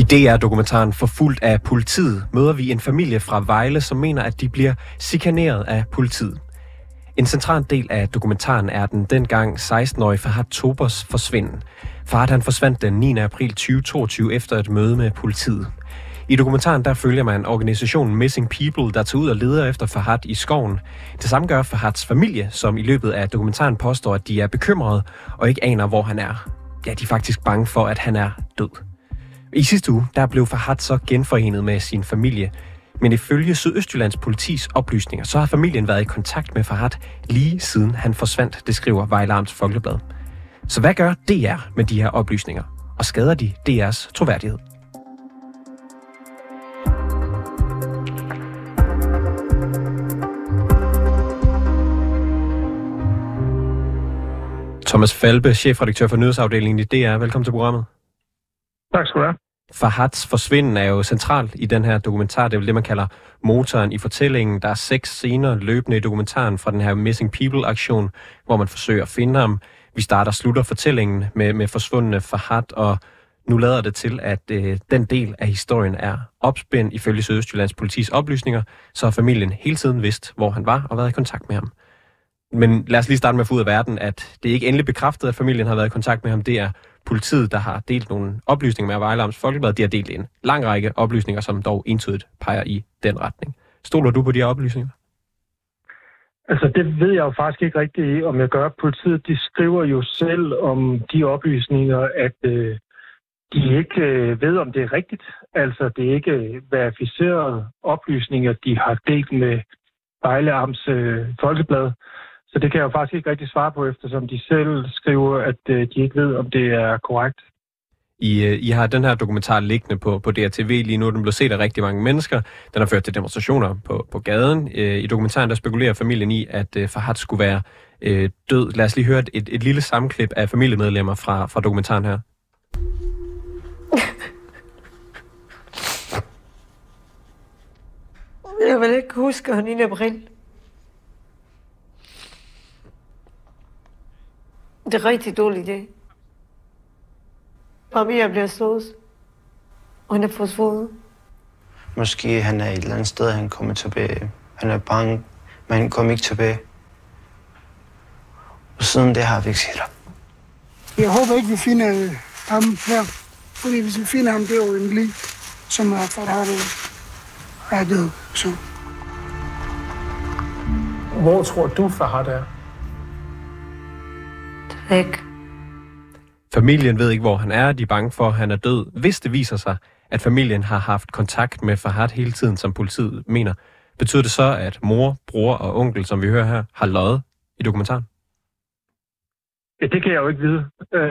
I DR-dokumentaren Forfulgt af politiet møder vi en familie fra Vejle, som mener, at de bliver chikaneret af politiet. En central del af dokumentaren er den dengang 16-årige Fahad Tobers forsvinden. Fahad han forsvandt den 9. april 2022 efter et møde med politiet. I dokumentaren der følger man organisationen Missing People, der tager ud og leder efter Fahad i skoven. Det samme gør Fahads familie, som i løbet af dokumentaren påstår, at de er bekymrede og ikke aner, hvor han er. Ja, de er faktisk bange for, at han er død. I sidste uge der blev Fahad så genforenet med sin familie. Men ifølge Sydøstjyllands politis oplysninger, så har familien været i kontakt med Fahad lige siden han forsvandt, det skriver Vejle Amts Folkeblad. Så hvad gør DR med de her oplysninger? Og skader de DR's troværdighed? Thomas Falbe, chefredaktør for nyhedsafdelingen i DR. Velkommen til programmet. Tak skal du have. Fahads forsvinden er jo central i den her dokumentar. Det er vel det, man kalder motoren i fortællingen. Der er 6 scener løbende i dokumentaren fra den her Missing People-aktion, hvor man forsøger at finde ham. Vi starter og slutter fortællingen med forsvundne Fahad, og nu lader det til, at den del af historien er opspændt. Ifølge Sydøstjyllands politis oplysninger, så har familien hele tiden vidst, hvor han var og været i kontakt med ham. Men lad os lige starte med at få ud af verden, at det ikke endelig bekræftet, at familien har været i kontakt med ham. Det er politiet, der har delt nogle oplysninger med Vejle Amts Folkeblad. De har delt en lang række oplysninger, som dog entydigt peger i den retning. Stoler du på de her oplysninger? Altså, det ved jeg jo faktisk ikke rigtigt, om jeg gør. Politiet, de skriver jo selv om de oplysninger, at de ikke ved, om det er rigtigt. Altså, det er ikke verificerede oplysninger, de har delt med Vejle Amts Folkeblad. Så det kan jeg jo faktisk ikke rigtig svare på, eftersom de selv skriver, at de ikke ved, om det er korrekt. I har den her dokumentar liggende på DRTV lige nu. Den blev set af rigtig mange mennesker. Den har ført til demonstrationer på gaden. I dokumentaren der spekulerer familien i, at Fahad skulle være død. Lad os lige høre et lille sammenklip af familiemedlemmer fra dokumentaren her. Jeg vil ikke huske han i april. Det er rigtig dårlig idé. Maria bliver slået, og han er forsvundet. Måske han er et eller andet sted, han kommer tilbage. Han er bange, men han kommer ikke tilbage. Og siden det har vi ikke set ham. Jeg håber ikke, vi finder ham her. Fordi hvis vi finder ham, det er jo en lig, som er død. Så. Hvor tror du, Fahad er? Væk. Familien ved ikke, hvor han er. De er bange for, at han er død. Hvis det viser sig, at familien har haft kontakt med Fahad hele tiden, som politiet mener, betyder det så, at mor, bror og onkel, som vi hører her, har løjet i dokumentaren? Ja, det kan jeg jo ikke vide.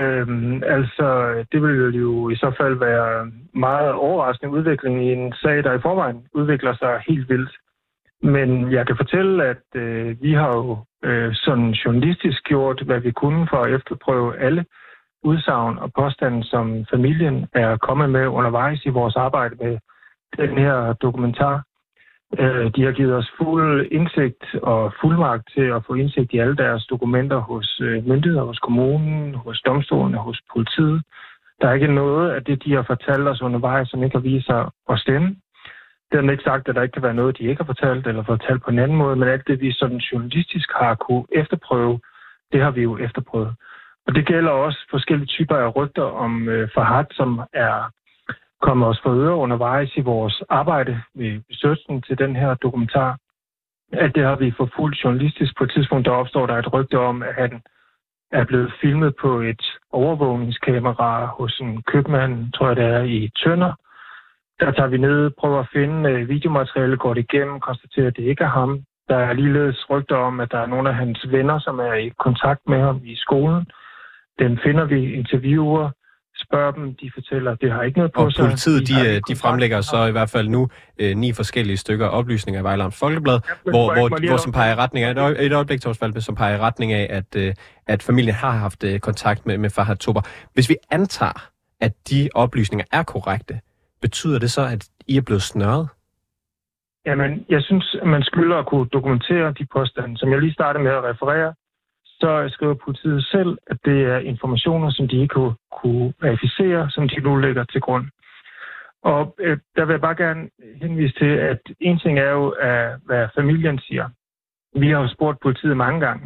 Det vil jo i så fald være meget overraskende udvikling i en sag, der i forvejen udvikler sig helt vildt. Men jeg kan fortælle, at vi har jo sådan journalistisk gjort, hvad vi kunne for at efterprøve alle udsagn og påstande, som familien er kommet med undervejs i vores arbejde med den her dokumentar. De har givet os fuld indsigt og fuldmagt til at få indsigt i alle deres dokumenter hos myndigheder, hos kommunen, hos domstolene, hos politiet. Der er ikke noget af det, de har fortalt os undervejs, som ikke har vist sig at stemme. Det har ikke sagt, at der ikke kan være noget, de ikke har fortalt, eller fortalt på en anden måde, men alt det, vi sådan journalistisk har kunne efterprøve, det har vi jo efterprøvet. Og det gælder også forskellige typer af rygter om Fahad, som er kommet os for øre undervejs i vores arbejde ved researchen til den her dokumentar. Alt det har vi forfulgt journalistisk. På et tidspunkt, der opstår der et rygte om, at han er blevet filmet på et overvågningskamera hos en købmand, tror jeg det er, i Tønder. Der tager vi ned, prøver at finde videomateriale, går det igennem, konstaterer, at det ikke er ham. Der er ligeledes rygter om, at der er nogle af hans venner, som er i kontakt med ham i skolen. Dem finder vi, interviewer, spørger dem, de fortæller, at det har ikke noget på sig. Og politiet, de fremlægger så i hvert fald nu 9 forskellige stykker oplysninger i Vejle Amts Folkeblad, hvor som peger i retning af, et øjeblik, Thomas Falbe, som peger i retning af, at familien har haft kontakt med Fahad Tober. Hvis vi antager, at de oplysninger er korrekte, betyder det så, at I er blevet snørret? Jamen, jeg synes, at man skylder at kunne dokumentere de påstande. Som jeg lige startede med at referere, så skriver politiet selv, at det er informationer, som de ikke kunne verificere, som de nu lægger til grund. Og der vil jeg bare gerne henvise til, at en ting er jo, hvad familien siger. Vi har jo spurgt politiet mange gange,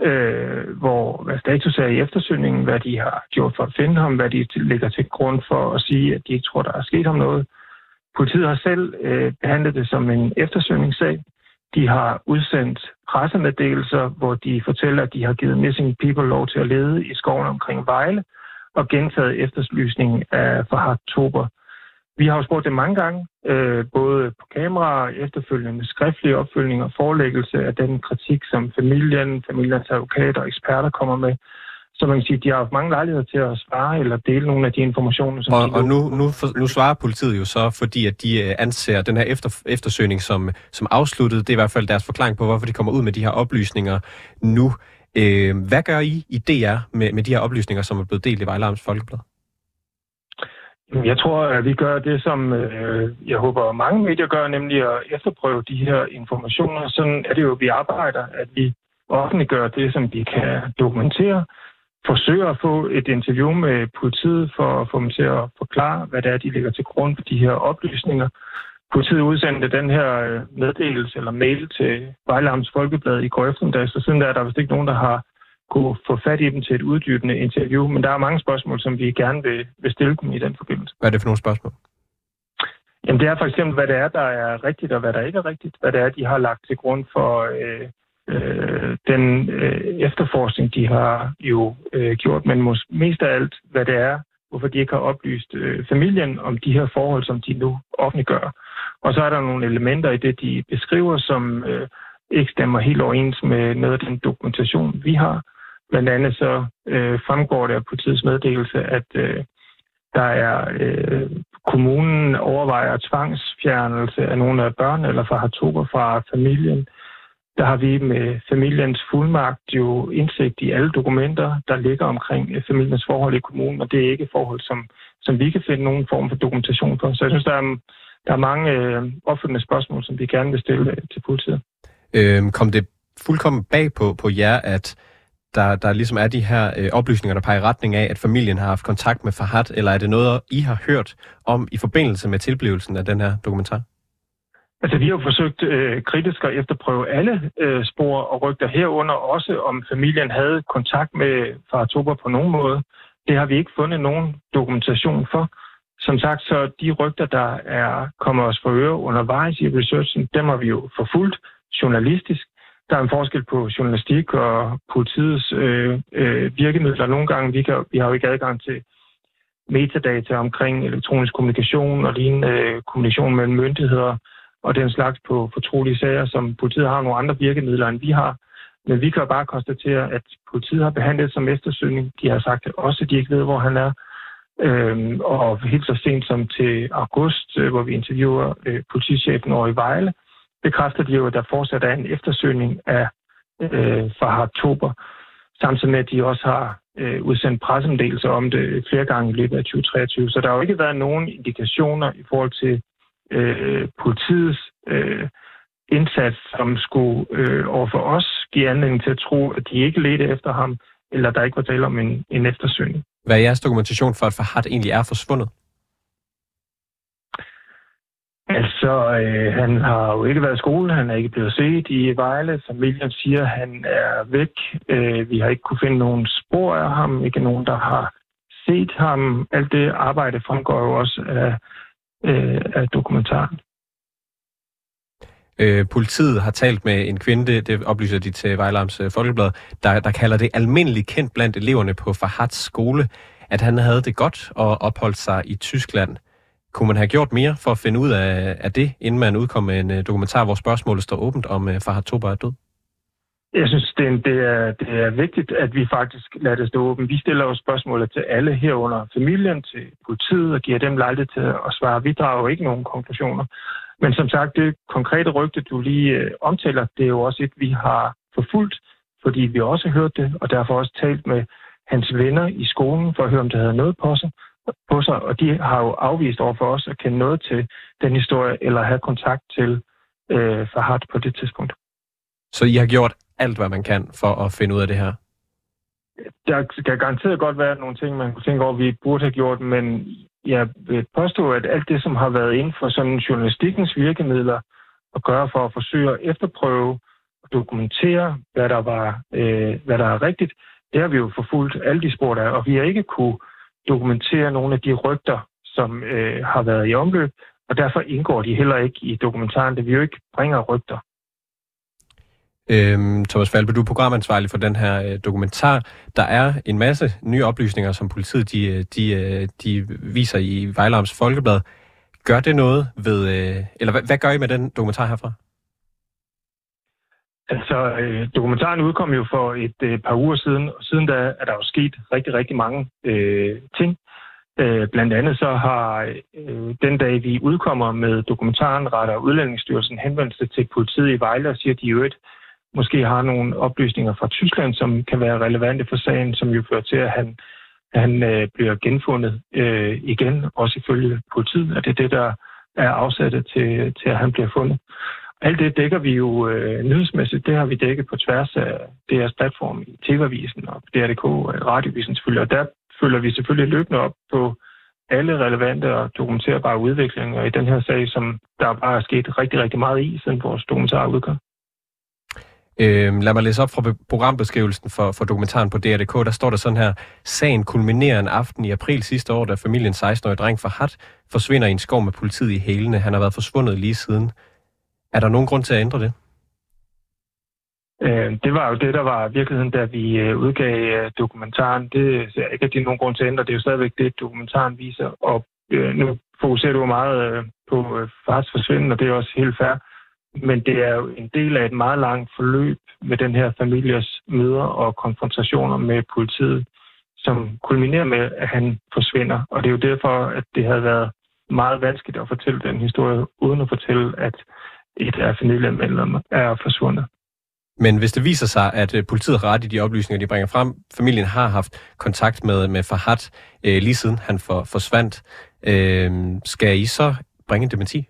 hvad status er i eftersøgningen, hvad de har gjort for at finde ham, hvad de lægger til grund for at sige, at de ikke tror, der er sket ham noget. Politiet har selv behandlet det som en eftersøgningssag. De har udsendt pressemeddelelser, hvor de fortæller, at de har givet Missing People lov til at lede i skoven omkring Vejle og gentaget efterlysningen af Farhad Tober. Vi har jo spurgt det mange gange, både på kamera, efterfølgende skriftlige opfølgning og forelæggelse af den kritik, som familiens advokater og eksperter kommer med. Så man kan sige, at de har haft mange lejligheder til at svare eller dele nogle af de informationer, som og nu svarer politiet jo så, fordi at de anser den her eftersøgning som afsluttet. Det er i hvert fald deres forklaring på, hvorfor de kommer ud med de her oplysninger nu. Hvad gør I DR med de her oplysninger, som er blevet delt i Vejle Amts Folkeblad? Jeg tror, at vi gør det, som jeg håber mange medier gør, nemlig at efterprøve de her informationer. Sådan er det jo, vi arbejder, at vi offentliggør det, som vi kan dokumentere. Forsøger at få et interview med politiet for at få dem til at forklare, hvad det er, de ligger til grund for de her oplysninger. Politiet udsendte den her meddelelse eller mail til Vejle Amts Folkeblad i går eftermiddag, så siden der er der vist ikke nogen, der har kunne få fat i dem til et uddybende interview, men der er mange spørgsmål, som vi gerne vil stille dem i den forbindelse. Hvad er det for nogle spørgsmål? Jamen det er for eksempel, hvad det er, der er rigtigt, og hvad der ikke er rigtigt. Hvad det er, de har lagt til grund for den efterforskning, de har jo gjort, men mest af alt, hvad det er, hvorfor de ikke har oplyst familien om de her forhold, som de nu offentliggør. Og så er der nogle elementer i det, de beskriver, som ikke stemmer helt overens med noget af den dokumentation, vi har. Blandt andet så fremgår det af politiets meddelelse, at der er kommunen overvejer tvangsfjernelse af nogle af børn eller Farhad Tober fra familien. Der har vi med familiens fuldmagt jo indsigt i alle dokumenter, der ligger omkring familiens forhold i kommunen, og det er ikke forhold, som vi kan finde nogen form for dokumentation for. Så jeg synes, der er mange opfølgende spørgsmål, som vi gerne vil stille til politiet. Kom det fuldkommen bag på jer, at der ligesom er de her oplysninger, der peger i retning af, at familien har haft kontakt med Farhad, eller er det noget, I har hørt om i forbindelse med tilblivelsen af den her dokumentar? Altså, vi har jo forsøgt kritisk at efterprøve alle spor og rygter herunder også, om familien havde kontakt med Farhad Tober på nogen måde. Det har vi ikke fundet nogen dokumentation for. Som sagt, så de rygter, der er kommet os for øre undervejs i researchen, dem har vi jo forfulgt journalistisk. Der er en forskel på journalistik og politiets virkemidler. Nogle gange, vi har jo ikke adgang til metadata omkring elektronisk kommunikation og lignende kommunikation mellem myndigheder og den slags på fortrolige sager, som politiet har nogle andre virkemidler, end vi har. Men vi kan bare konstatere, at politiet har behandlet som eftersøgning. De har sagt også, at de ikke ved, hvor han er. Og helt så sent som til august, hvor vi interviewer politichefen over i Vejle, bekræfter de jo, at der fortsat er en eftersøgning af Farhad Tober, samtidig med, at de også har udsendt pressemeddelelser om det flere gange i løbet af 2023. Så der har jo ikke været nogen indikationer i forhold til politiets indsats, som skulle overfor os give anledning til at tro, at de ikke ledte efter ham, eller der ikke var tale om en eftersøgning. Hvad er jeres dokumentation for, at Farhad egentlig er forsvundet? Altså, han har jo ikke været i skole, han er ikke blevet set i Vejle. Familien siger, at han er væk. Vi har ikke kunne finde nogen spor af ham, ikke nogen, der har set ham. Alt det arbejde fremgår jo også af dokumentaren. Politiet har talt med en kvinde, det oplyser de til Vejle Amts Folkeblad, der kalder det almindeligt kendt blandt eleverne på Farhads skole, at han havde det godt og opholdt sig i Tyskland. Kunne man have gjort mere for at finde ud af det, inden man udkom med en dokumentar, hvor spørgsmålet står åbent om Farhad Tober er død? Jeg synes, det er vigtigt, at vi faktisk lader det stå åbent. Vi stiller jo spørgsmålet til alle herunder familien, til politiet og giver dem lejlighed til at svare. Vi drager jo ikke nogen konklusioner. Men som sagt, det konkrete rygte, du lige omtaler, det er jo også et, vi har forfulgt, fordi vi også har hørt det, og derfor også talt med hans venner i skolen for at høre, om det havde noget på sig, og de har jo afvist over for os at kende noget til den historie, eller have kontakt til Farhad på det tidspunkt. Så I har gjort alt, hvad man kan for at finde ud af det her? Der kan garanteret godt være nogle ting, man kunne tænke over, vi burde have gjort, men jeg vil påstå, at alt det, som har været inden for sådan journalistikkens virkemidler at gøre for at forsøge at efterprøve og dokumentere, hvad der er rigtigt, det har vi jo forfulgt alle de spor, der er. Og vi har ikke kunne dokumentere nogle af de rygter, som har været i omløb, og derfor indgår de heller ikke i dokumentaren. Det vil jo ikke bringe rygter. Thomas Falbe, du er programansvarlig for den her dokumentar. Der er en masse nye oplysninger, som politiet de viser i Vejle Amts Folkeblad. Gør det noget ved, eller hvad gør I med den dokumentar herfra? Altså, dokumentaren udkom jo for et par uger siden, og siden da er der jo sket rigtig, rigtig mange ting. Blandt andet så har den dag, vi udkommer med dokumentaren, retter Udlændingsstyrelsen henvendelse til politiet i Vejle og siger, at de jo måske har nogle oplysninger fra Tyskland, som kan være relevante for sagen, som jo fører til, at han bliver genfundet igen, også ifølge politiet, at det er det, der er afsættet til, at han bliver fundet. Alt det dækker vi jo nyhedsmæssigt. Det har vi dækket på tværs af DR's platform i TV-avisen og DR.dk og Radiovisen selvfølgelig. Og der følger vi selvfølgelig løbende op på alle relevante og dokumenterbare udviklinger i den her sag, som der bare er sket rigtig, rigtig meget i, siden vores dokumentar udkom. Lad mig læse op fra programbeskrivelsen for dokumentaren på DR.dk. Der står der sådan her: sagen kulminerer en aften i april sidste år, da familiens 16-årige dreng Farhad forsvinder i en skov med politiet i hælene. Han har været forsvundet lige siden. Er der nogen grund til at ændre det? Det var jo det, der var virkeligheden, da vi udgav dokumentaren. Det ser jeg ikke, at det er nogen grund til at ændre. Det er jo stadigvæk det, dokumentaren viser. Og nu fokuserer du meget på Farhads forsvinden, og det er også helt fair. Men det er jo en del af et meget langt forløb med den her families møder og konfrontationer med politiet, som kulminerer med, at han forsvinder. Og det er jo derfor, at det havde været meget vanskeligt at fortælle den historie, uden at fortælle, at et af familiemedlemmer er forsvundet. Men hvis det viser sig, at politiet har ret i de oplysninger, de bringer frem, familien har haft kontakt med Farhad lige siden han forsvandt, skal I så bringe en dementi?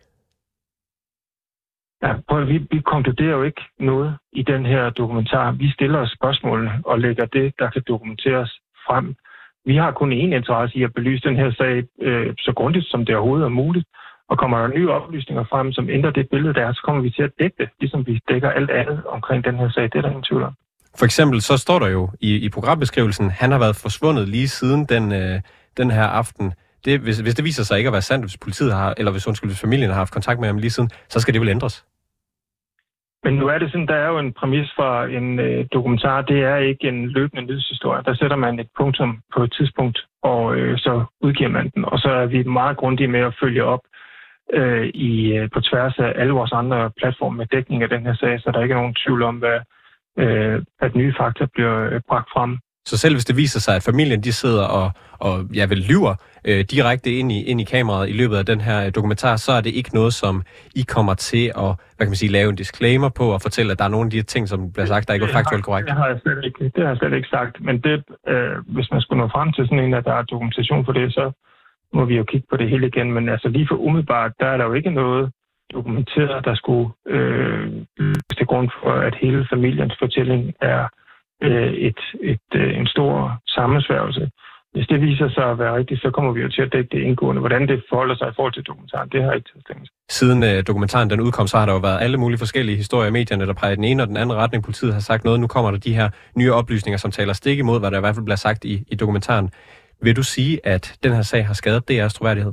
Ja, vi konkluderer jo ikke noget i den her dokumentar. Vi stiller os spørgsmålene og lægger det, der kan dokumenteres, frem. Vi har kun én interesse i at belyse den her sag så grundigt, som det overhovedet er muligt. Og kommer der nye oplysninger frem, som ændrer det billede, der er, så kommer vi til at dække det, ligesom vi dækker alt andet omkring den her sag. Det er der ingen tvivl om. For eksempel så står der jo i programbeskrivelsen, han har været forsvundet lige siden den her aften. Hvis det viser sig ikke at være sandt, hvis politiet har, eller hvis familien har haft kontakt med ham lige siden, så skal det vel ændres? Men nu er det sådan, der er jo en præmis for en dokumentar. Det er ikke en løbende nyhedshistorie. Der sætter man et punktum på et tidspunkt, og så udgiver man den. Og så er vi meget grundige med at følge op på tværs af alle vores andre platforme med dækning af den her sag, så der ikke er nogen tvivl om, at nye fakta bliver bragt frem. Så selv hvis det viser sig, at familien de sidder og lyver direkte ind i kameraet i løbet af den her dokumentar, så er det ikke noget, som I kommer til at lave en disclaimer på og fortælle, at der er nogle af de her ting, som bliver sagt, der ikke er faktuelt korrekt? Det har jeg slet ikke sagt. Men det, hvis man skulle nå frem til sådan en, at der er dokumentation for det, så må vi jo kigge på det hele igen. Men altså lige for umiddelbart, der er der jo ikke noget dokumenteret, der skulle til grund for, at hele familiens fortælling er en stor sammensværgelse. Hvis det viser sig at være rigtigt, så kommer vi jo til at dække det indgående. Hvordan det forholder sig i forhold til dokumentaren, det har jeg ikke tilstængt. Siden dokumentaren den udkom, så har der jo været alle mulige forskellige historier i medierne, der peger den ene og den anden retning. Politiet har sagt noget. Nu kommer der de her nye oplysninger, som taler stik imod, hvad der i hvert fald bliver sagt i dokumentaren. Vil du sige, at den her sag har skadet DR's troværdighed?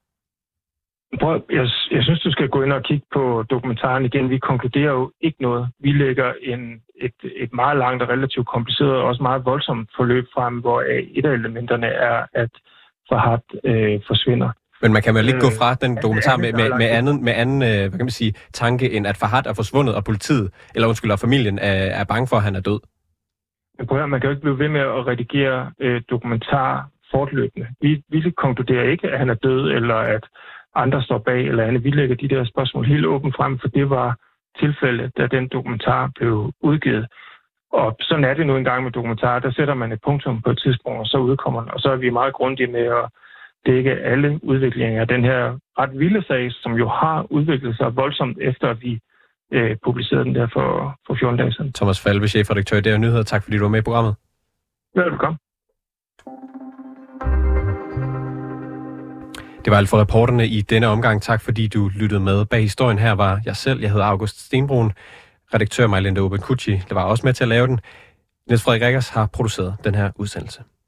Jeg synes, du skal gå ind og kigge på dokumentaren igen. Vi konkluderer jo ikke noget. Vi lægger et meget langt og relativt kompliceret og også meget voldsomt forløb frem, hvor et af elementerne er, at Farhad forsvinder. Men man kan vel ikke gå fra den dokumentar med anden hvad kan man sige, tanke, end at Farhad er forsvundet, og og familien er bange for, at han er død? Man kan jo ikke blive ved med at redigere dokumentar fortløbende. Vi konkluderer ikke, at han er død, eller at andre står bag, eller andet. Vi lægger de der spørgsmål helt åbent frem, for det var tilfældet, da den dokumentar blev udgivet. Og sådan er det nu engang med dokumentarer. Der sætter man et punktum på et tidspunkt, og så udkommer den. Og så er vi meget grundige med at dække alle udviklinger af den her ret vilde sag, som jo har udviklet sig voldsomt, efter at vi publicerede den der for 14 dage siden. Thomas Falbe, chefredaktør i DR Nyheder. Tak fordi du var med i programmet. Velkommen. Det var alt for reporterne i denne omgang. Tak fordi du lyttede med. Bag historien her var jeg selv. Jeg hedder August Stenbrun. Redaktør Majlinde Obenkucci, der var også med til at lave den. Niels Frederik Rikkers har produceret den her udsendelse.